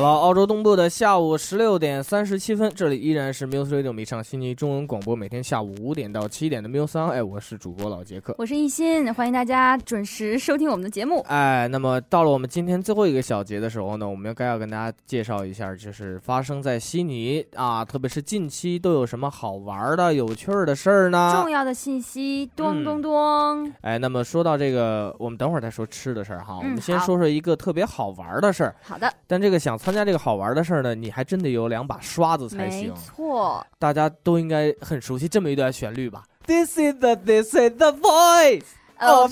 了，澳洲东部的下午16点37分，这里依然是 Muse Radio 米上悉尼中文广播，每天下午5点到7点的 Muse On。我是主播老杰克， 我是一心，欢迎大家准时收听我们的节目。 那么到了我们今天最后一个小节的时候呢，我们要跟大家介绍一下，就是发生在悉尼啊，特别是近期都有什么好玩的、有趣的事儿呢？ 重要的信息，咚咚咚。 那么说到这个，我们等会儿再说吃的事儿哈，我们先说说一个特别好玩的事儿。 好的。 但这个想参加这个好玩的事儿呢，你还真得有2把刷子才行。 没错， 大家都应该很熟悉这么一段旋律吧 ？This is the voice of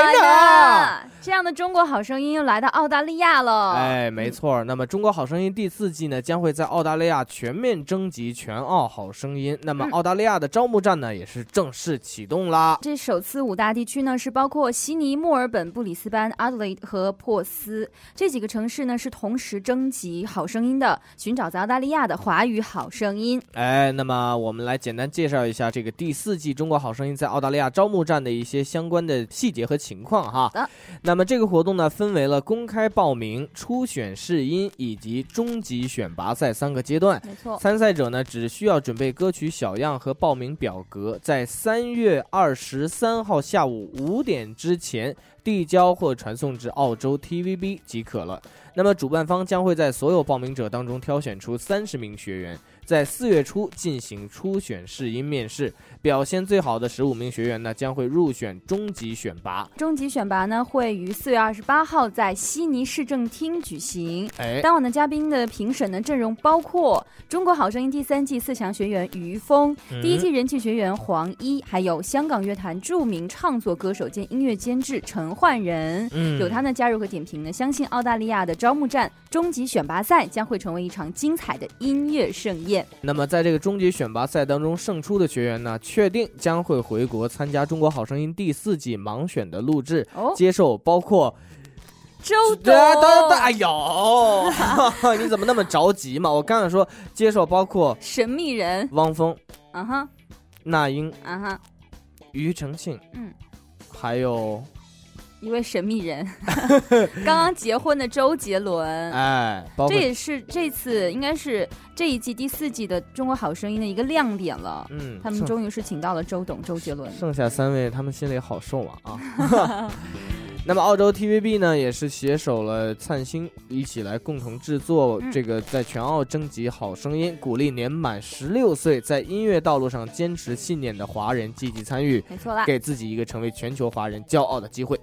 China。 这样的中国好声音又来到澳大利亚了。 没错。那么中国好声音第4季呢，将会在澳大利亚全面征集全澳好声音。那么澳大利亚的招募站呢，也是正式启动啦。 这首次5大地区呢，是包括悉尼、墨尔本、布里斯班、阿德雷德和珀斯这几个城市呢，是同时征集好声音的，寻找在澳大利亚的华语好声音。 那么我们来简单介绍一下这个第4季中国好声音在澳大利亚招募站的一些相关的细节和情况哈。那么这个活动呢，分为了公开报名、初选试音以及终极选拔赛3个阶段。 没错， 参赛者呢只需要准备歌曲小样和报名表格，在3月23号下午5点之前递交或传送至澳洲 TVB 即可了。那么主办方将会在所有报名者当中挑选出30名学员，在4月初进行初选试音面试，表现最好的15名学员呢，将会入选终极选拔。 终极选拔呢，会于4月28号在悉尼市政厅举行。当晚的嘉宾的评审呢阵容包括中国好声音第3季4强学员于峰，第1季人气学员黄一，还有香港乐坛著名唱作歌手兼音乐监制陈焕仁。有他呢加入和点评呢，相信澳大利亚的招募站终极选拔赛将会成为一场精彩的音乐盛宴。 那么在这个终极选拔赛当中胜出的学员呢，确定将会回国参加中国好声音第4季盲选的录制，接受包括周董。 哎呦你怎么那么着急嘛？我刚才说接受包括神秘人汪峰、那英、庾澄庆，还有一位神秘人刚刚结婚的周杰伦。这也是这次应该是这一季第4季的中国好声音的一个亮点了。他们终于是请到了周董、周杰伦， 剩下3位他们心里好受啊。那么澳洲 TVB 呢，也是携手了灿星一起来共同制作这个在全澳征集好声音，鼓励年满16岁在音乐道路上坚持信念的华人积极参与， 没错啦， 给自己一个成为全球华人骄傲的机会。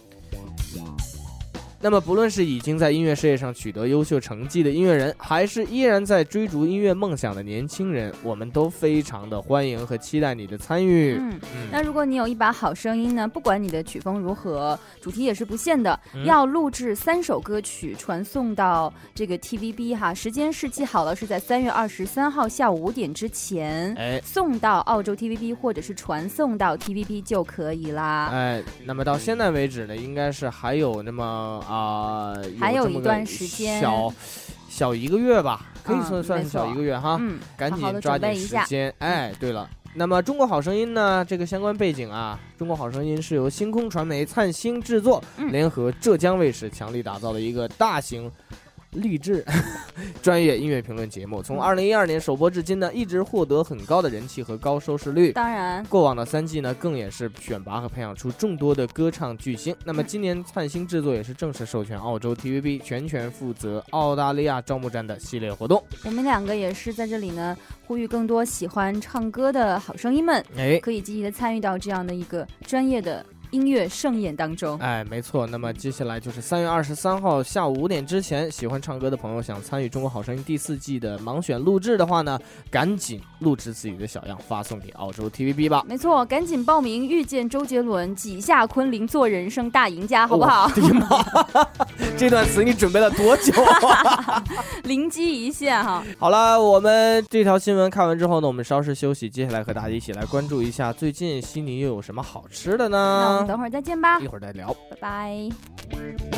那么不论是已经在音乐事业上取得优秀成绩的音乐人，还是依然在追逐音乐梦想的年轻人，我们都非常的欢迎和期待你的参与。 那如果你有一把好声音呢，不管你的曲风如何，主题也是不限的，要录制3首歌曲传送到这个 TVB 哈，时间是记好了，是在3月23号下午5点之前，送到澳洲 TVB 或者是传送到 TVB 就可以啦。 那么到现在为止呢，应该是还有那么还有一段时间， 小1个月吧，可以算是小1个月哈。赶紧抓紧时间。对了，那么中国好声音呢，这个相关背景啊，中国好声音是由星空传媒、灿星制作，联合浙江卫视强力打造的一个大型励志专业音乐评论节目，从2012年首播至今呢，一直获得很高的人气和高收视率。 当然， 过往的3季呢，更也是选拔和培养出众多的歌唱巨星。那么今年灿星制作也是正式授权澳洲 TVB 全权负责澳大利亚招募站的系列活动。 我们2个也是在这里呢，呼吁更多喜欢唱歌的好声音们，可以积极的参与到这样的一个专业的音乐盛宴当中。 没错。那么接下来就是3月23号下午5点之前，喜欢唱歌的朋友想参与中国好声音第4季的盲选录制的话呢，赶紧录制自己的小样发送给澳洲 TVB 吧。 没错，赶紧报名遇见周杰伦，挤下昆凌做人生大赢家，好不好？ 这段词你准备了多久啊？ 灵机一现哈。 好了，我们这条新闻看完之后呢，我们稍事休息，接下来和大家一起来关注一下最近悉尼又有什么好吃的呢？ 那我们等会儿再见吧， 一会儿再聊， 拜拜。